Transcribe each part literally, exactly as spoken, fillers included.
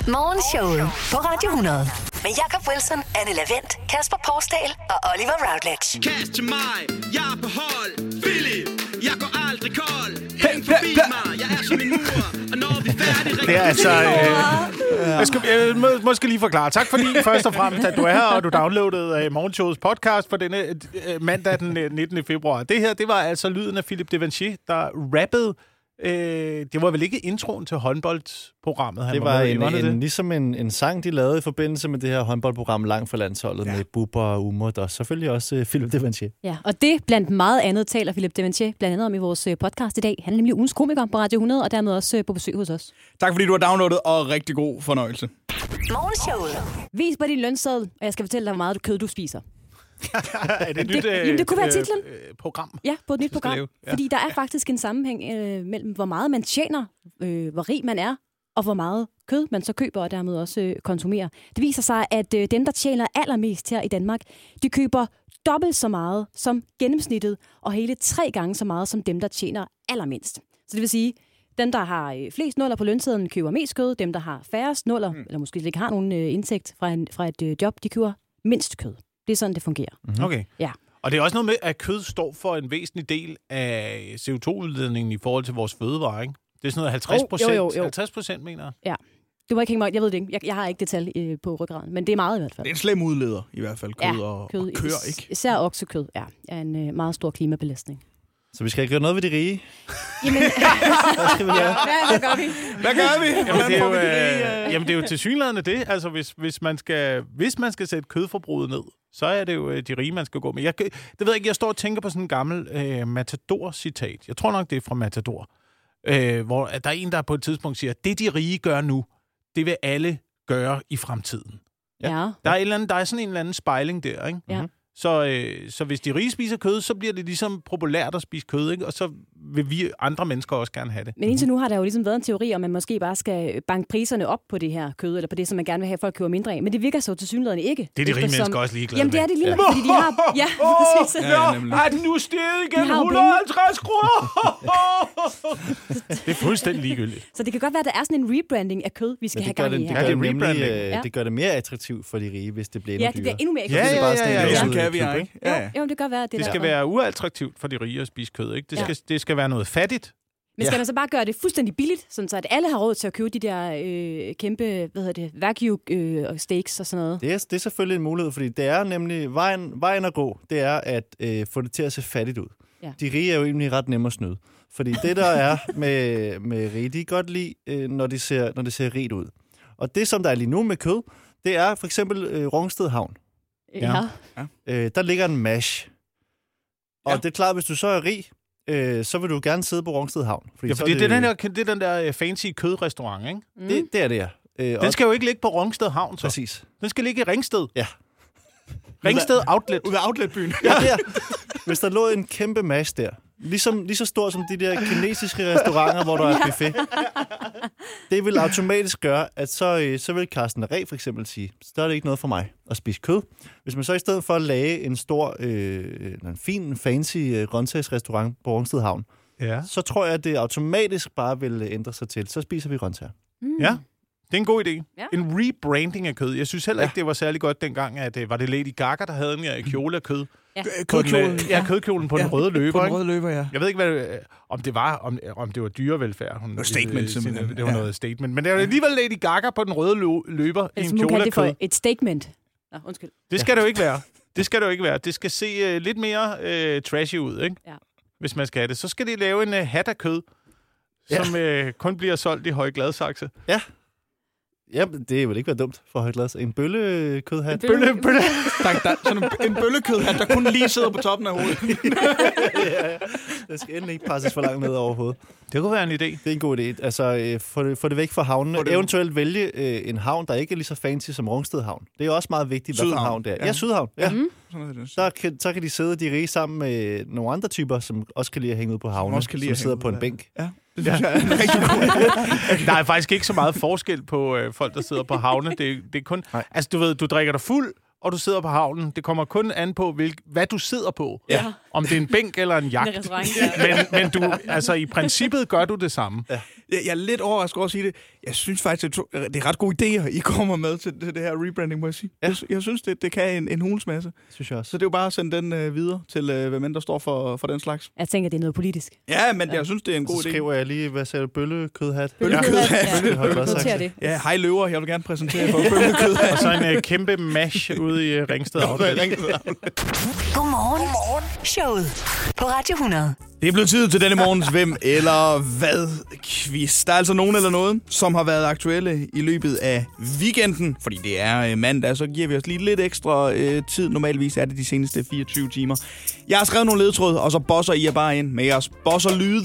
Morgenshowet på Radio hundrede. Med Jakob Wilson, Anne Lavendt, Kasper Porsdal og Oliver Routledge. Kast til mig, jeg er på hold. Philip, jeg går aldrig kold. Hæng forbi mig, jeg er som en mur. Og når vi er færdige... Det er altså... Øh, jeg, skal, jeg må, måske lige forklare. Tak fordi først og fremmest, at du er her, og du downloadede uh, Morgenshowets podcast for denne uh, mandag den nittende februar. Det her, det var altså lyden af Philip Devanché, der rappede. Øh, det var vel ikke introen til håndboldprogrammet? Han det var, var en, en, en, ligesom en, en sang, de lavede i forbindelse med det her håndboldprogram Langt fra landsholdet, ja. Med Bubber og Umut, og selvfølgelig også uh, Philip Devanché. Ja, og det blandt meget andet taler Philip Devanché blandt andet om i vores podcast i dag. Han er nemlig ugens komiker på Radio hundrede, og dermed også uh, på besøg hos os. Tak fordi du har downloadet, og rigtig god fornøjelse. Morgenshowet. Vis på din lønseddel, og jeg skal fortælle dig, hvor meget kød du spiser. er det et nyt det, jamen, det kunne være titlen. Øh, program? Ja, på et nyt program. Ja. Fordi der er faktisk en sammenhæng øh, mellem, hvor meget man tjener, øh, hvor rig man er, og hvor meget kød man så køber, og dermed også øh, konsumerer. Det viser sig, at øh, dem, der tjener allermest her i Danmark, de køber dobbelt så meget som gennemsnittet, og hele tre gange så meget som dem, der tjener allermindst. Så det vil sige, dem, der har øh, flest nuller på lønsedlen, køber mest kød. Dem, der har færrest nuller, mm. eller måske ikke har nogen øh, indtægt fra, en, fra et øh, job, de køber mindst kød. Det er sådan, det fungerer. Mm-hmm. Okay. Ja. Og det er også noget med, at kød står for en væsentlig del af C O to udledningen i forhold til vores fødevarer, ikke? Det er sådan noget halvtreds procent. Oh, jo, jo, jo. halvtreds procent, mener jeg. Ja. Du må ikke hænge mig. Jeg ved det ikke. Jeg, jeg har ikke detalje øh, på ryggraden, men det er meget i hvert fald. Det er en slem udleder, i hvert fald. Kød, ja, og, kød og køer, ikke? Især oksekød, ja. Er en øh, meget stor klimabelastning. Så vi skal ikke gøre noget ved de rige? Jamen, hvad skal vi gøre? Hvad gør vi? Hvad gør vi? Jamen, det er jo, øh, jamen, det er jo tilsyneladende det. Altså, hvis, hvis, man skal, hvis man skal sætte kødforbruget ned, så er det jo de rige, man skal gå med. Jeg, det ved jeg ikke, jeg står og tænker på sådan en gammel øh, Matador-citat. Jeg tror nok, det er fra Matador. Øh, hvor der er en, der på et tidspunkt siger, det de rige gør nu, det vil alle gøre i fremtiden. Ja. Der er, et eller andet, der er sådan en eller anden spejling der, ikke? Ja. Mm-hmm. Så, øh, så hvis de rige spiser kød, så bliver det ligesom populært at spise kød, ikke? Og så vil vi andre mennesker også gerne have det. Men indtil nu har der jo ligesom været en teori om, at man måske bare skal banke priserne op på det her kød, eller på det, som man gerne vil have, folk køber mindre af. Men det virker så tilsyneladende ikke. Det er de rige mennesker også ligeglade Jamen det er det lige med, fordi de har... Ja, præcis. Ja, har den nu steget igen? et hundrede og halvtreds kroner! Det er fuldstændig ligegyldigt. Så det kan godt være, at der er sådan en rebranding af kød, vi skal have gang i her. Det, det, det, nemlig, ja. det gør det mere attraktivt for de rige, hvis det bliver endnu Ja, det bliver endnu mere attraktivt. Ja, ja, ja. ja, ja. Kan vi, ikke? Ja, ja. Jo, det kan være, det, det skal der. være uattraktivt for de rige at spise kød, ikke? Det skal, ja. det skal være noget fattigt. Men skal ja. man så bare gøre det fuldstændig billigt, sådan så at alle har råd til at købe de der øh, kæmpe, hvad hedder det, wagyu øh, steaks og sådan noget? Det er, det er selvfølgelig en mulighed, fordi det er nemlig vejen, vejen at gå, det er at øh, få det til at se fattigt ud. Ja. De rige er jo egentlig ret nemme at snyde. Fordi det, der er med, med rige, de kan godt lide, øh, når, de ser, når det ser rigt ud. Og det, som der er lige nu med kød, det er for eksempel øh, Rungsted Havn. Ja. ja. Øh, der ligger en mash. Og ja. det er klart, hvis du så er rig, øh, så vil du gerne sidde på Rungsted Havn. Fordi ja, fordi det, det, er den der, det er den der fancy kødrestaurant, ikke? Mm. Det, det er det, ja. Øh, den skal jo ikke ligge på Rungsted Havn, så. Præcis. Den skal ligge i Ringsted. Ja. Ringsted Outlet. Ude af Outletbyen. Ja, der. Hvis der lå en kæmpe mash der, ligesom, lige så stor som de der kinesiske restauranter, hvor der er buffet, det vil automatisk gøre, at så, så vil Carsten Reh for eksempel sige, så er det ikke noget for mig at spise kød. Hvis man så i stedet for at lage en stor, øh, en fin, fancy øh, grøntsagsrestaurant på Rungsted Havn, ja. så tror jeg, at det automatisk bare vil ændre sig til. Så spiser vi grøntsager. Mm. Ja. Det er en god idé. Ja. En rebranding af kød. Jeg synes heller ikke, ja. det var særlig godt dengang, at var det Lady Gaga, der havde en kjole af kød. Ja. Kødkjolen. Ja, kødkjolen på ja. den røde løber. På den røde løber, ja. Jeg ved ikke, hvad, om det var, om, om det var dyrevelfærd. Hun, det var statement, simpelthen. Det var ja. noget statement. Men det var alligevel Lady Gaga på den røde løber i en kjole af kød. For et statement. Nå, undskyld. Det skal ja. det jo ikke være. Det skal det jo ikke være. Det skal se uh, lidt mere uh, trashy ud, ikke? Ja. Hvis man skal have det. Så skal de lave en uh, hat af kød, ja. som uh, kun bliver solgt i Høje Gladsaxe. Ja. Ja, det vil ikke være dumt for Høje Gladsaxe. En bøllekødhat. En bølle, bølle. Der, der, sådan en, en bøllekødhat, der kun lige sidder på toppen af hovedet. ja, ja. Det skal endelig ikke presses for langt ned over hovedet. Det kunne være en idé. Det er en god idé. Altså, få det, få det væk fra havnene. Eventuelt vælge øh, en havn, der ikke er lige så fancy som Rungsted Havn. Det er også meget vigtigt, hvad for en havn det er. Ja, ja Sydhavn. Ja. Mm-hmm. Så, kan, så kan de sidde, de rige, sammen med nogle andre typer, som også kan lide at hænge ud på havne, som, som sidder på en der. bænk. Ja. Det synes jeg er en rigtig god. Der er faktisk ikke så meget forskel på øh, folk, der sidder på havne. Det, det er kun... Nej. Altså, du ved, du drikker dig fuld, og du sidder på havnen. Det kommer kun an på, hvilk, hvad du sidder på. Ja. Om det er en bænk eller en jagt. men, men du, altså, i princippet gør du det samme. Ja. Jeg er lidt overrasket over at sige det. Jeg synes faktisk, at det er ret gode idéer, I kommer med til, til det her rebranding, må jeg sige. Ja. Jeg, jeg synes, det, det kan en, en hulens masse. Synes jeg også. Så det er jo bare at sende den øh, videre til, øh, hvem end der står for, for den slags. Jeg tænker, det er noget politisk. Ja, men ja. jeg synes, det er en god så idé. Så skriver jeg lige, hvad sagde du, bøllekødhat? Bøllekødhat, ja. Bøllekødhat. Noter det. Ja, hej løver, jeg vil gerne præsentere for bøllekødhat. Og så en uh, kæmpe mash ude i uh, Ringsted Outlet. Godmorgen. Godmorgen. Showet på Radio hundrede. Det er blevet tid til denne morgens hvem eller hvad quiz. Der er altså nogen eller noget, som har været aktuelle i løbet af weekenden. Fordi det er øh, mandag, så giver vi os lige lidt ekstra øh, tid. Normalvis er det de seneste fireogtyve timer. Jeg har skrevet nogle ledtråde, og så bosser I jer bare ind med jeres bosserlyde.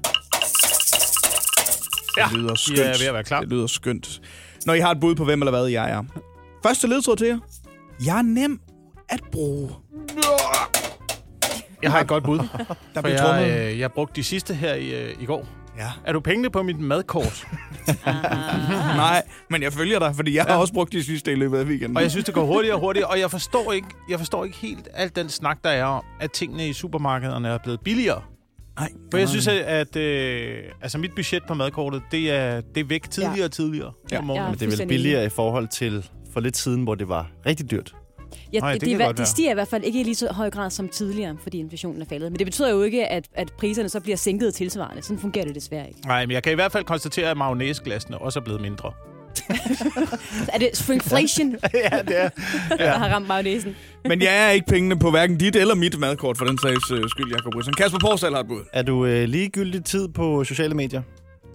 Ja, det lyder skønt. I er ved at være klar. Det lyder skønt. Når I har et bud på hvem eller hvad jeg er. Første ledtråd til jer. Jeg er nem at bruge. Jeg har et godt bud. Der For jeg, øh, jeg brugte de sidste her i, øh, i går. Ja. Er du pengene på mit madkort? Nej, men jeg følger dig, fordi jeg ja. har også brugt de sidste i løbet af weekenden. Og jeg synes, det går hurtigere og hurtigere, og jeg forstår ikke, jeg forstår ikke helt alt den snak, der er om, at tingene i supermarkederne er blevet billigere. Nej. For jeg synes, at øh, altså mit budget på madkortet, det er, det er væk tidligere ja. og tidligere. Ja. Ja. Ja. Men det er vel billigere i forhold til for lidt siden, hvor det var rigtig dyrt. Ja, Nej, det, det det, kan det, det stiger i hvert fald ikke i lige så høj grad som tidligere, fordi inflationen er faldet. Men det betyder jo ikke, at, at priserne så bliver sænket tilsvarende. Sådan fungerer det desværre ikke. Nej, men jeg kan i hvert fald konstatere, at mayonnaiseglassene også er blevet mindre. Er det shrinkflation, Ja, det er. der har ramt mayonnaisen? Men jeg er ikke pengene på hverken dit eller mit madkort, for den sags øh, skyld, Jacob Rysen. Kasper Porsdal har et bud. Er du øh, ligegyldig tid på sociale medier?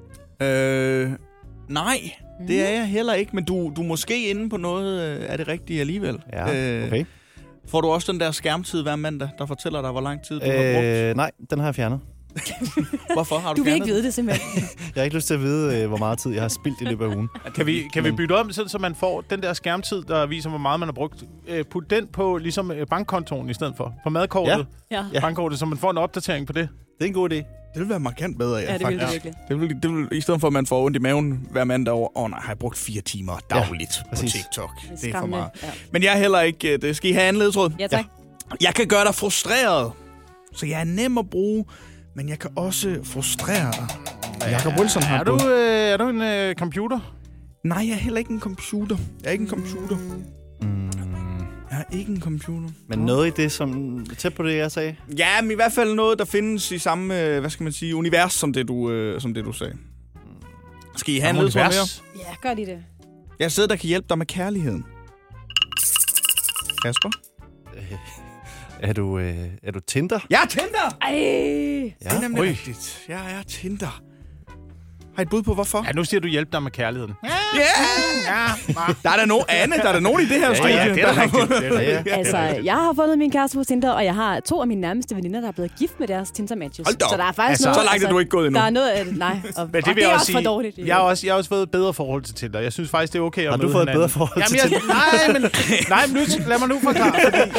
Øh, nej, det er jeg heller ikke, men du, du er måske inde på noget øh, af det rigtige alligevel. Ja, okay. Øh, får du også den der skærmtid hver mandag, der fortæller dig, hvor lang tid du øh, har brugt? Øh, nej, den har jeg fjernet. Hvorfor har du Du vil fjernet ikke vide det, simpelthen. Jeg har ikke lyst til at vide, øh, hvor meget tid jeg har spildt i løbet af ugen. Kan vi, kan vi bytte om, sådan, så man får den der skærmtid, der viser, hvor meget man har brugt? Øh, put den på ligesom øh, bankkontoen i stedet for. På madkortet. Ja. Ja. Bankkortet, så man får en opdatering på det. Det er en god idé. Det vil være markant bedre, ja, Ja, det vil faktisk. det virkelig. Det vil, det vil, I stedet for, at man får ondt i maven hver mandag over, åh oh, nej, har jeg brugt fire timer dagligt Ja, på præcis. TikTok. Det er Det er for skræmmende, meget. ja. Men jeg er heller ikke... øh, Det skal I have en ledtråd? Ja, tak. Jeg kan gøre dig frustreret. Så jeg er nem at bruge, men jeg kan også frustrere dig. Jacob Wilson har Er et du, bud. øh, er du en øh, computer? Nej, jeg er heller ikke en computer. Jeg er ikke en computer. Mm. Jeg er ikke en computer. Men noget i det, som tæt på det, jeg sagde? Ja, men i hvert fald noget, der findes i samme, øh, hvad skal man sige, univers, som det, du, øh, som det, du sagde. Skal I have en ledtråd mere? Ja, gør de det. Jeg sidder, der kan hjælpe dig med kærligheden. Kasper? Er du, øh, er du Tinder? Jeg er Tinder! Ej! Det er Ja. nemlig Ui. rigtigt. Jeg er Tinder. Har I et bud på, hvorfor? Ja, nu siger du hjælp dig med kærligheden. Ja! Der er der nogen, Anne, der er der nogen i det her studie. ja, det er da rigtigt. Det er da Ja, rigtigt. ja. Altså, jeg har fundet min kæreste på Tinder, og jeg har to af mine nærmeste veninder, der er blevet gift med deres Tinder-matches. Hold da op. Så der er faktisk Altså, noget... så langt er du ikke gået endnu. Der er noget af det, nej. Og, Men det og vil det er jeg også sige, for dårligt. Jeg har også, jeg har også fået et bedre forhold til Tinder. Jeg synes faktisk, det er okay at Har møde du fået et hinanden. bedre forhold til Jamen, jeg, nej, men, nej, men nu, lad mig nu forklare.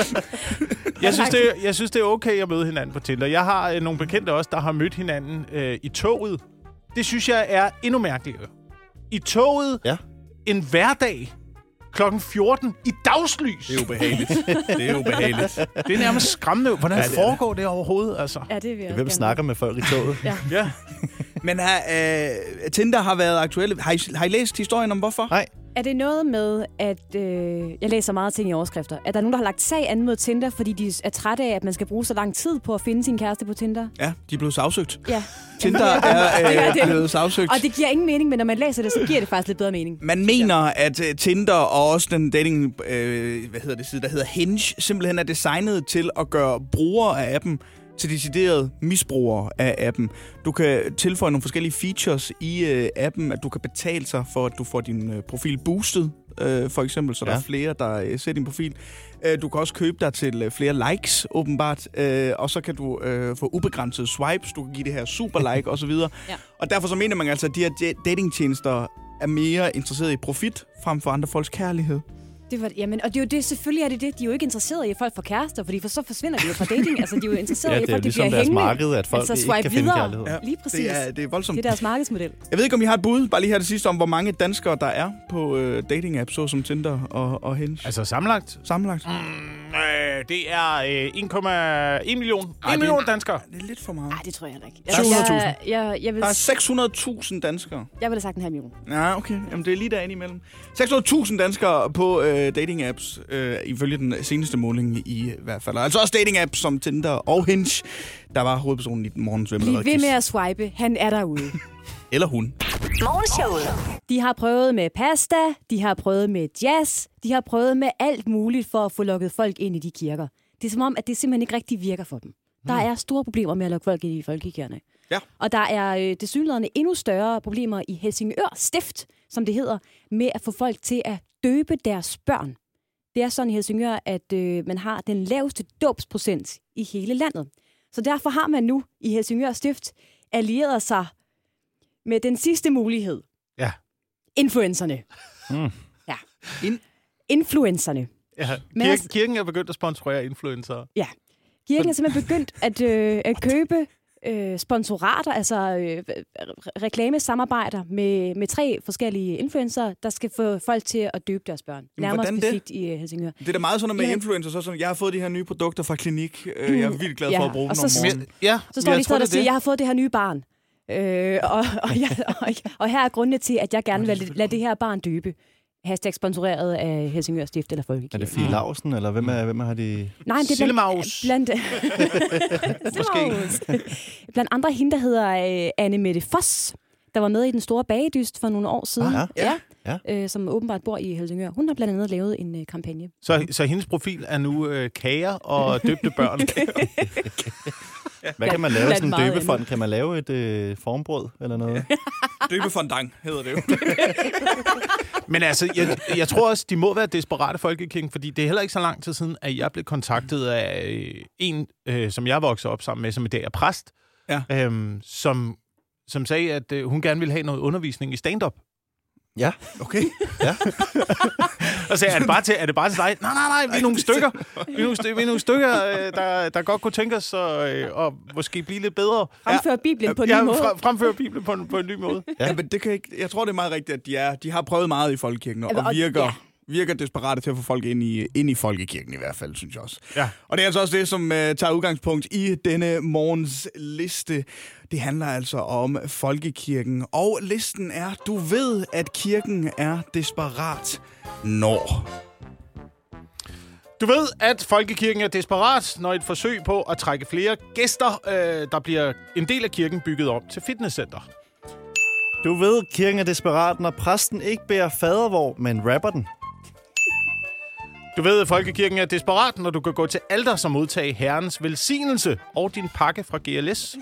Fordi jeg, synes, det, er- jeg synes, det er okay at møde hinanden på Tinder. Jeg har øh, nogle bekendte også, der har mødt hinanden øh, i toget. Det synes jeg er endnu mærkeligere. I toget Ja. en hverdag klokken fjorten i dagslys. Det er ubehageligt. Det er ubehageligt. Det er nærmest skræmmende. Hvordan Ja, det er foregår det overhovedet? Altså? Ja, det vil jeg Hvem også snakker med folk i toget? Ja. Ja. Men har, øh, Tinder har været aktuelle. Har I, har I læst historien om hvorfor? Nej. Er det noget med, at øh, jeg læser meget ting i overskrifter, at der er nogen, der har lagt sag an mod Tinder, fordi de er trætte af, at man skal bruge så lang tid på at finde sin kæreste på Tinder? Ja, de er blevet sagsøgt. Ja. Tinder er øh, Ja, det- blevet sagsøgt. Og det giver ingen mening, men når man læser det, så giver det faktisk lidt bedre mening. Man mener, at uh, Tinder og også den dating, øh, hvad hedder det side, der hedder Hinge, simpelthen er designet til at gøre brugere af appen til deciderede misbrugere af appen. Du kan tilføje nogle forskellige features i øh, appen, at du kan betale sig for, at du får din øh, profil boostet, øh, for eksempel, så ja. der er flere, der øh, ser din profil. Øh, du kan også købe dig til øh, flere likes, åbenbart, øh, og så kan du øh, få ubegrænsede swipes, du kan give det her super like osv. Ja. Og derfor så mener man altså, at de her da- datingtjenester er mere interesseret i profit, frem for andre folks kærlighed. Det var, jamen, og det er jo det, selvfølgelig er det det. De er jo ikke interesserede i, at folk får kærester, fordi for så forsvinder de jo fra dating. Altså, de er jo interesserede Ja, i, at det er folk de ligesom bliver deres hængende. marked, at folk altså, ikke swipe kan finde videre. kærlighed. Ja, Lige præcis. Det er, det er voldsomt. Det er deres markedsmodel. Jeg ved ikke, om I har et bud, bare lige her det sidste, om hvor mange danskere, der er på øh, dating-apps, såsom Tinder og, og Hinge. Altså sammenlagt? Sammenlagt. Mm, øh, det er øh, en komma en million. en million danskere. Det er lidt for meget. Nej, det tror jeg heller ikke. syv hundrede tusind. Jeg, jeg, jeg, vil, Der er seks hundrede tusind danskere. jeg vil have sagt en halv million. Ja, okay. Jamen, det er lige derinde imellem. seks hundrede tusind danskere på øh, dating-apps, øh, ifølge den seneste måling i hvert fald. Altså også dating-apps som Tinder og Hinge, der var hovedpersonen i den morgens Bliv ved med at swipe. Han er derude. Eller hun. Morgenshowet. De har prøvet med pasta, de har prøvet med jazz, de har prøvet med alt muligt for at få lukket folk ind i de kirker. Det er som om, at det simpelthen ikke rigtig virker for dem. Der er store problemer med at lukke folk ind i folkekirkerne. Ja. Og der er øh, tilsyneladende endnu større problemer i Helsingør Stift, som det hedder, med at få folk til at døbe deres børn. Det er sådan i Helsingør, at øh, man har den laveste dåbsprocent i hele landet. Så derfor har man nu i Helsingør Stift allieret sig med den sidste mulighed. Ja. Influencerne. Mm. Ja. In- Influencerne. Ja. Men Kirken, altså- kirken er begyndt at sponsorere influencer. Ja. Kirken er simpelthen begyndt at, øh, at købe øh, sponsorater, altså øh, reklamesamarbejder med, med tre forskellige influencer, der skal få folk til at døbe deres børn. Nærmere hvordan det? specifikt i uh, Helsingør. Det er da meget sådan med Ja. influencer, så sådan, jeg har fået de her nye produkter fra klinik. Øh, jeg er vildt glad for Ja, at bruge dem og om så- morgenen. Ja, Så står de så der og siger, jeg har fået det her nye barn. Øh, og, og, ja, og, og her er grundene til, at jeg gerne vil lade, lade det her barn døbe. Hashtag sponsoreret af Helsingør Stift eller Er Folkekirken. det Fie Laursen, eller hvem, er, hvem har de... Nej, det er Sillemaus. blandt... Sillemaus. Blandt andre hende, der hedder øh, Anne Mette Foss, der var med i Den Store Bagedyst for nogle år siden. Ah, ja. Ja. Øh, som åbenbart bor i Helsingør. Hun har blandt andet lavet en øh, kampagne. Så, så hendes profil er nu øh, kager og døbte børn. Hvad kan man lave? blandt Sådan en meget døbefond? Kan man lave et øh, formbrød eller noget? Døbefondang hedder det jo. Men altså, jeg, jeg tror også, de må være desperate folkekirken, fordi det er heller ikke så lang tid siden, at jeg blev kontaktet af øh, en, øh, som jeg voksede op sammen med, som i dag er præst, Ja. øhm, som, som sagde, at øh, hun gerne ville have noget undervisning i stand-up. Ja. Okay. Ja. Og sagde, er det bare til, er det bare til dig? Nej, nej, nej, vi er nogle stykker. Vi er nogle, stykker, vi er nogle stykker, øh, der, der godt kunne tænke os at øh, og måske blive lidt bedre. Fremfører Bibelen på en Ja, ny måde. fra, fremføre Bibelen på en, på en ny måde. Ja. Ja, men det kan ikke, jeg tror, det er meget rigtigt, at de, er, de har prøvet meget i folkekirken, og, Ja, og- virker, ja. virker desperate til at få folk ind i, ind i folkekirken i hvert fald, synes jeg også. Ja. Og det er altså også det, som uh, tager udgangspunkt i denne morgens liste. Det handler altså om folkekirken, og listen er, du ved, at kirken er desperat når. Du ved, at folkekirken er desperat, når et forsøg på at trække flere gæster, øh, der bliver en del af kirken bygget om til fitnesscenter. Du ved, kirken er desperat, når præsten ikke bærer fadervor, men rapper den. Du ved, at folkekirken er desperat, når du kan gå til alter som modtage herrens velsignelse og din pakke fra G L S.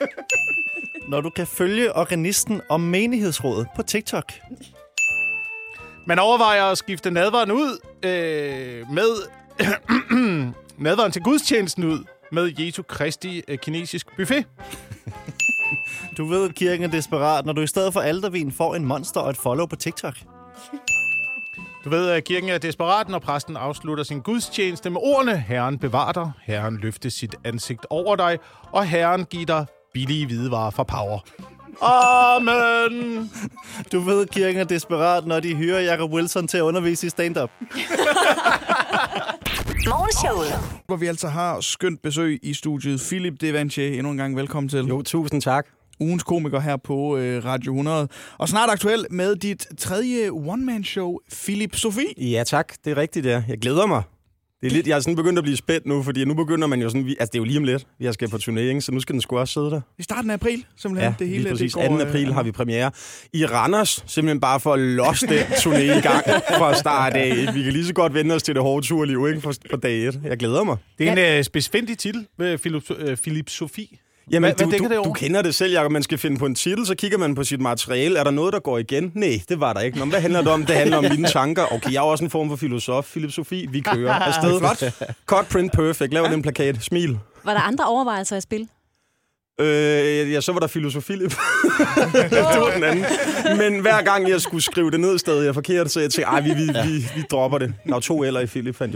Når du kan følge organisten og menighedsrådet på TikTok. Man overvejer at skifte nadveren ud øh, med... nadveren til gudstjenesten ud med Jesu Kristi øh, kinesisk buffet. Du ved, kirken er desperat, når du i stedet for altervin får en monster og et follow på TikTok. Du ved, at kirken er desperat, når præsten afslutter sin gudstjeneste med ordene: Herren bevar dig, Herren løfte sit ansigt over dig, og Herren giver dig billige hvidevarer fra Power. Amen! Du ved, kirken er desperat, når de hyrer Jacob Wilson til at undervise i stand-up. Morgenshowet. Hvor vi altså har skønt besøg i studiet. Philip Devanché, endnu en gang velkommen til. Jo, tusind tak. Ugens komiker her på øh, Radio hundrede. Og snart aktuel med dit tredje one-man-show, Philip Sofie. Ja, tak. Det er rigtigt, ja. Jeg glæder mig. Det er lidt, jeg er sådan begyndt at blive spændt nu, fordi nu begynder man jo sådan... Altså, det er jo lige om lidt. Vi skal på turné, ikke? Så nu skal den sgu også sidde der. I starten af april, simpelthen. Ja, det hele, lige præcis. Det går, anden april har vi premiere i Randers. Simpelthen bare for at losse den turné i gang fra start af. Vi kan lige så godt vende os til det hårde turliv, ikke? På dag et. Jeg glæder mig. Det er en øh, specifik titel med Philip, øh, Philip Sofie. Jamen, Hvad- hvad du, dækker det du, over? du kender det selv, Jacob. Man skal finde på en titel, så kigger man på sit materiale. Er der noget, der går igen? Nej, det var der ikke. Nå, hvad handler det om? Det handler om mine tanker. Okay, jeg er også en form for filosof. Philip Sofie, vi kører afsted. Flot. Cut, print, perfect. Lav ja. den plakat. Smil. Var der andre overvejelser at spille? Øh, ja, så var der filosofi. Det var den anden. Men hver gang jeg skulle skrive det ned, stadig jeg forkert, så jeg tænkte, ej, vi, vi, vi, vi dropper det. Der var to eller i Philip, fandt jeg ud af.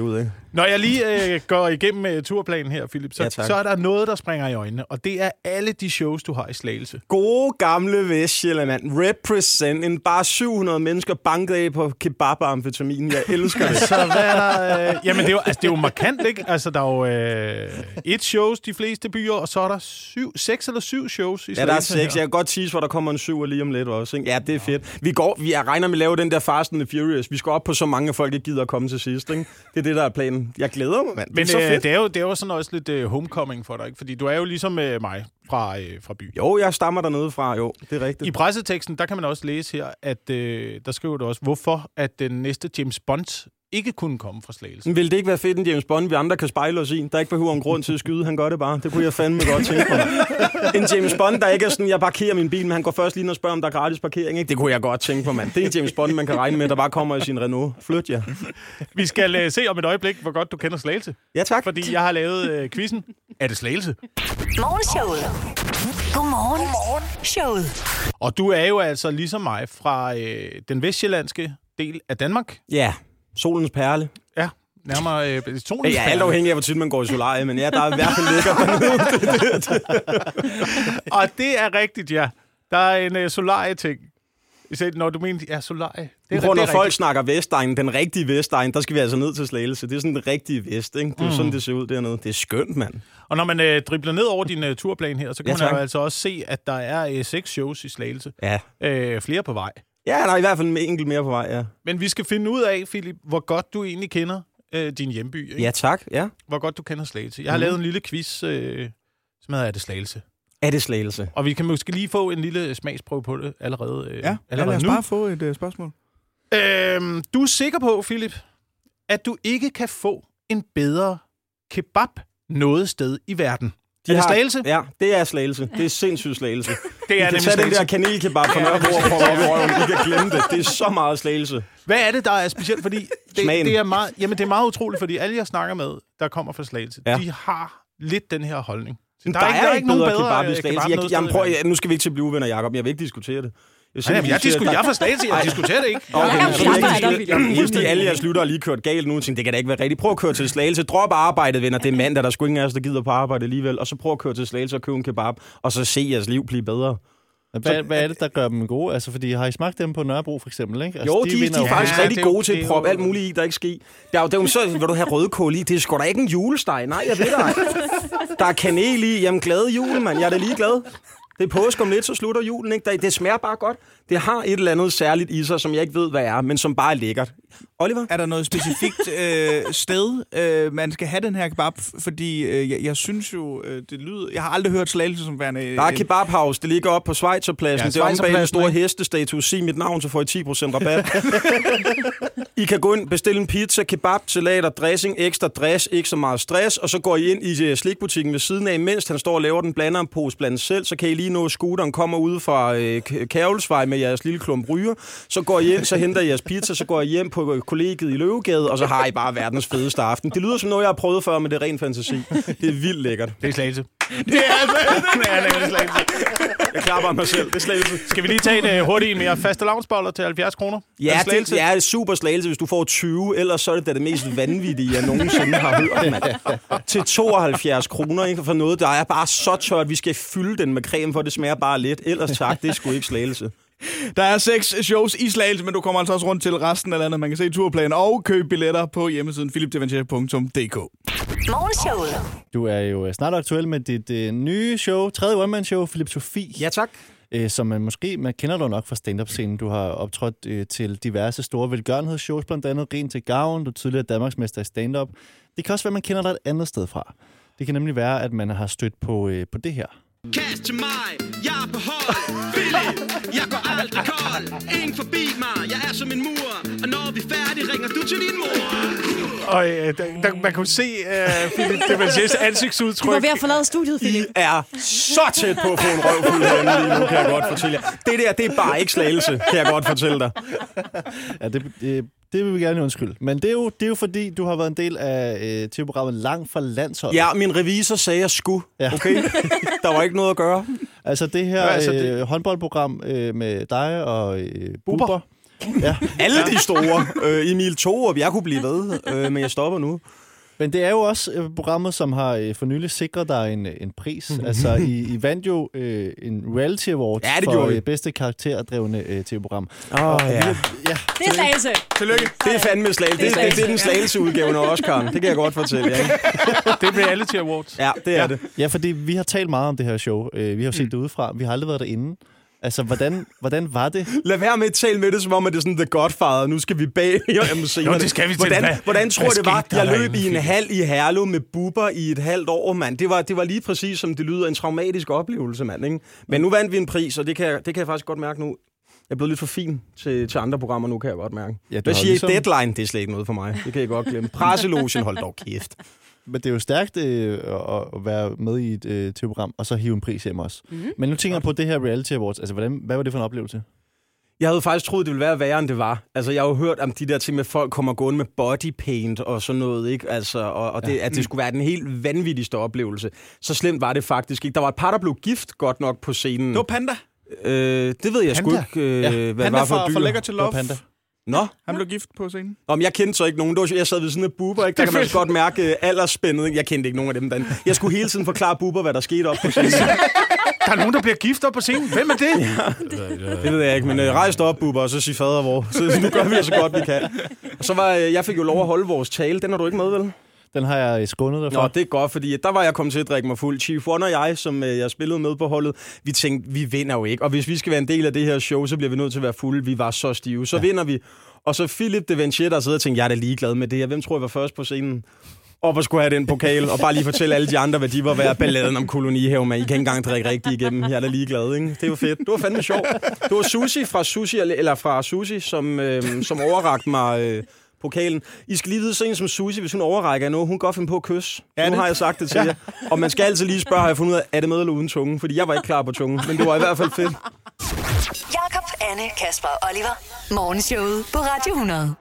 Når jeg lige øh, går igennem uh, turplanen her, Philip, så, Ja, så er der noget, der springer i øjnene, og det er alle de shows, du har i Slagelse. Gode gamle Vestjylland, mand. Represent. En bare syv hundrede mennesker banket af på kebab og amfetamin. Jeg elsker det. Så hvad er der... Øh, jamen, det er, jo, altså, det er jo markant, ikke? Altså, der er jo øh, et shows de fleste byer, og så er der syv, seks eller syv shows i Slagelse. Ja, der er seks. Jeg kan godt tease, hvor der kommer en syv lige om lidt også. Ikke? Ja, det er fedt. Vi, går, vi er, regner med at lave den der Fast and the Furious. Vi skal op på så mange, folk ikke gider at komme til sidst. Ikke? Det er det, der er planen. Jeg glæder mig, mand. Men det er, øh, det, er jo, det er jo sådan også lidt øh, homecoming for dig, ikke? Fordi du er jo ligesom øh, mig fra, øh, fra byen. Jo, jeg stammer dernede fra, jo. Det er rigtigt. I presseteksten, der kan man også læse her, at øh, der skriver du også, hvorfor at den næste James Bond ikke kunne komme fra Slagelse. Vil det ikke være fedt, en James Bond, vi andre kan spejle os i? Der ikke behøver en grund til at skyde, han gør det bare. Det kunne jeg fandme godt tænke mig. En James Bond, der ikke er sådan, jeg parkerer min bil, men han går først lige og spørger, om der er gratis parkering. Ikke? Det kunne jeg godt tænke på, mand. Det er en James Bond, man kan regne med, der bare kommer i sin Renault. Flyt, ja. Vi skal uh, se om et øjeblik, hvor godt du kender Slagelse. Ja, tak. Fordi jeg har lavet uh, quizzen. Er det Slagelse? Morgenshowet. Godmorgen. Godmorgen. Showet. Og du er jo altså ligesom mig fra øh, den vestjyllandske del af Danmark. Ja, solens perle. Ja, nærmere øh, solens perle. Ja, alt afhængig af, hvor tit man går i solarie, men ja, der er i hvert fald lækkert dernede. Og det er rigtigt, ja. Der er en øh, solarie-ting. Når du mener, ja, solarie. Det er, Hvor når det er folk rigtigt. snakker Vestegn, den rigtige Vestegn, der skal vi altså ned til Slagelse. Det er sådan den rigtige vest, ikke? Det er mm. sådan, det ser ud dernede. Det er skønt, mand. Og når man øh, dribler ned over din øh, turplan her, så kan Ja, man tak. jo altså også se, at der er øh, seks shows i Slagelse. Ja. Øh, flere på vej. Ja, der er i hvert fald en enkelt mere på vej, ja. Men vi skal finde ud af, Philip, hvor godt du egentlig kender øh, din hjemby. Ikke? Ja, tak. Ja. Hvor godt du kender Slagelse. Jeg har mm. lavet en lille quiz, øh, som hedder Er det Slagelse? Er det Slagelse? Og vi kan måske lige få en lille smagsprøve på det allerede, øh, Ja, allerede lad os nu. bare få et uh, spørgsmål. Øhm, du er sikker på, Philip, at du ikke kan få en bedre kebab noget sted i verden? De er det har- Slagelse? Ja, det er Slagelse. Det er sindssygt Slagelse. Det er I kan tage den der kanelkebab fra Nørrebro og prøve op i røven. I kan glemme det. Det er så meget Slagelse. Hvad er det, der er specielt? Fordi det, Smagen. det, er meget, jamen, det er meget utroligt, fordi alle, jeg snakker med, der kommer fra Slagelse, Ja. de har lidt den her holdning. Så Der, der er, er ikke bedre kebab i øh, Slagelse. kebab Jeg, noget jamen, sted i prøv, verden. jeg, nu skal vi ikke til at blive uvenner, Jacob. Jeg vil ikke diskutere det. Jeg, Nej, jamen, jeg, diskuterer, jeg er fra Slagelse, jeg diskuterer det ikke. Okay, Ja, men så ja, må ja, jeg ja, ikke ja. diskutere- Jamen, fordi alle jeres lyttere har lige kørt galt nu, og tænkte, det kan da ikke være rigtigt. Prøv at køre til Slagelse. Drop arbejdet, venner. Det er mandag, der er sgu ingen af os, der gider på arbejde alligevel. Og så prøv at køre til Slagelse og købe en kebab, og så se jeres liv blive bedre. Hvad, hvad er det, der gør dem gode? Altså, fordi har I smagt dem på Nørrebro, for eksempel, ikke? Altså, Jo, de, de, vinder de er faktisk Ja, rigtig det er jo- gode til det at er proppe jo- alt muligt i, der ikke sker. Der er jo, det er jo så, vil du have rødkål i? Det er sgu da ikke en julesteg. Nej, jeg ved det ej. Der er kanel i. Jamen, glade jul, mand. Jeg er da lige glad. Det er påske om lidt, så slutter julen, ikke? Det smager bare godt. Det har et eller andet særligt i sig, som jeg ikke ved, hvad er, men som bare er lækkert. Oliver? Er der noget specifikt øh, sted, øh, man skal have den her kebab? Fordi øh, jeg, jeg synes jo, øh, det lyder... Jeg har aldrig hørt Slagelse som værende... Øh, Der er Kebabhaus, det ligger oppe på Schweizerpladsen. Ja, Det er om bag den Schweizerpladsen, store ikke? hestestatue. Sig mit navn, så får I ti procent rabat. I kan gå ind, bestille en pizza, kebab, salater, dressing, ekstra dress, ikke så meget stress, og så går I ind i slikbutikken ved siden af, mens han står og laver den, blander en pose blandt selv, så kan I lige nå, scooteren kommer ud fra øh, Kærulsvej med jeres lille klump ryger, så går I ind, så henter I jeres pizza, så går I hjem på kollegiet i Løvegade, og så har I bare verdens fedeste aften. Det lyder som noget, jeg har prøvet før, men det er ren fantasi. Det er vildt lækkert. Det er Slagelse. Det er altså det er nemlig Slagelse. Jeg klapper mig selv. Det er Slagelse. Skal vi lige tage en uh, hurtig en mere fastelavnsboller til halvfjerds kroner? Ja, Slagelse? det er super Slagelse, hvis du får tyve, ellers så er det da det mest vanvittige, jeg nogensinde har hørt, mand. Til tooghalvfjerds kroner, ikke, for noget, der er bare så tørt, vi skal fylde den med creme, for det smager bare lidt. Ellers tak, det er sgu ikke Slagelse. Der er seks shows i Slagelse, men du kommer altså også rundt til resten af landet. Man kan se turplanen og købe billetter på hjemmesiden philip devanchier punktum d k. Morgenshowet. Du er jo snart aktuel med dit øh, nye show, tredje one-man-show, Philip Sofie. Ja, tak. Øh, som man måske, man kender dig nok fra stand-up-scenen. Du har optrådt øh, til diverse store velgørenhedsshows, blandt andet Ren til Gavn. Du er tidligere Danmarksmester i stand-up. Det kan også være, man kender dig et andet sted fra. Det kan nemlig være, at man har stødt på, øh, på det her. Kast til mig, jeg er på hold. Philip, jeg går aldrig kold. Ingen forbi mig, jeg er som en mur. Og når vi er færdige, ringer du til din mor. Og øh, der, der, man kunne se uh, Philip Devanchiers Du ansigtsudtryk. var ved at forlade studiet, I Philip. er så tæt på at få en røvfuld herinde lige nu, kan jeg godt fortælle jer. Det der, det er bare ikke Slagelse, kan jeg godt fortælle dig. Ja, det, det, det vil vi gerne undskylde. Men det er jo, det er jo fordi, du har været en del af øh, T V-programmet Langt fra Landsholdet. Ja, min revisor sagde, jeg skulle. Ja. Okay? Der var ikke noget at gøre. Altså det her Ja, altså øh, det- håndboldprogram øh, med dig og øh, Bubber. Bubber. Ja. Alle de store. Øh, Emil Thorup, jeg kunne blive ved, øh, men jeg stopper nu. Men det er jo også øh, programmet, som har øh, for nylig sikret dig en, en pris. Altså, I, I vandt jo øh, en Reality Award Ja, det for gjorde I. øh, bedste karakterdrevne øh, tv-program. Åh, oh, ja. ja. Det er Slagelse. Tillykke. Det er fandme slagelse. Det, det, det er den Slagelse-udgaven af Oscar'en. Det kan jeg godt fortælle jer. Det er Reality Awards. Ja, det er det. Ja, fordi vi har talt meget om det her show. Øh, vi har jo set mm. det udefra. Vi har aldrig været derinde. Altså, hvordan, hvordan var det? Lad være med at tale med det, som om at det er sådan The Godfather. Nu skal vi bag. Jo, det skal vi til. Hvordan, Hvad- hvordan tror hvad det var? skete der Jeg løb derinde, i en Philip? hal i Herlev med Bubber i et halvt år, mand. Det var, det var lige præcis, som det lyder, en traumatisk oplevelse, mand. Ikke? Men nu vandt vi en pris, og det kan, jeg, det kan jeg faktisk godt mærke nu. Jeg er blevet lidt for fin til, til andre programmer nu, kan jeg godt mærke. Ja, du Hvad har siger ligesom- ligesom... Deadline? Det er slet ikke noget for mig. Det kan jeg godt glemme. Presselogen, hold dog kæft. Men det er jo stærkt øh, at, at være med i et øh, tv-program, og så hive en pris hjem også. Mm-hmm. Men nu tænker jeg på det her Reality Awards. Altså, hvordan, hvad var det for en oplevelse? Jeg havde faktisk troet, det ville være værre, end det var. Altså, jeg har jo hørt om de der ting med, at folk kommer gående med body paint og sådan noget, ikke? Altså, og, og det, ja. at det skulle være den helt vanvittigste oplevelse. Så slemt var det faktisk ikke. Der var et par, der blev gift godt nok på scenen. Det var Panda. Øh, det ved jeg sgu Panda? ikke, øh, Ja, hvad det Panda var for fra, et fra dyr. Lækker til Det var Love. Panda. Nå, Han blev gift på scenen. om jeg kendte så ikke nogen. Det var, jeg sad ved sådan en Bubber, ikke? Der kan man også godt mærke øh, aldersspændet. Jeg kendte ikke nogen af dem. Der. Jeg skulle hele tiden forklare Bubber, hvad der skete op på scenen. Der er nogen, der bliver gift op på scenen. Hvem er det? Det ved jeg ikke, men øh, rejs dig op, Bubber, og så sig fader hvor. Så nu gør vi det så godt, vi kan. Og så var øh, jeg fik jo lov at holde vores tale. Den har du ikke med, vel? Den har jeg skånet dig for. Nå, det er godt, fordi der var jeg kommet til at drikke mig fuld. Chief One og jeg, som øh, jeg spillede med på holdet, vi tænkte, vi vinder jo ikke. Og hvis vi skal være en del af det her show, så bliver vi nødt til at være fulde. Vi var så stive. Så ja. vinder vi. Og så Philip de Venchier, der sidder og tænkte, jeg er da ligeglad med det her. Hvem tror jeg var først på scenen? Op og skulle have den pokal, og bare lige fortælle alle de andre, hvad de var værd. Balladen om kolonihaven, man. I kan ikke engang drikke rigtigt igennem. Jeg er da ligeglad, ikke? Det var fedt. Det var fandme sjovt. Det var Susi fra Susi, eller fra Susi, som, øh, som overrakte mig øh, pokalen. I skal lige vide, så en som Susi, hvis hun overrækker noget, hun kan godt finde på at kysse. Nu har jeg sagt det til jer. Og man skal altid lige spørge, har jeg fundet ud af, er det med eller uden tunge? Fordi jeg var ikke klar på tungen, men det var i hvert fald fedt. Jakob, Anne, Kasper og Oliver. Morgenshowet på Radio hundrede.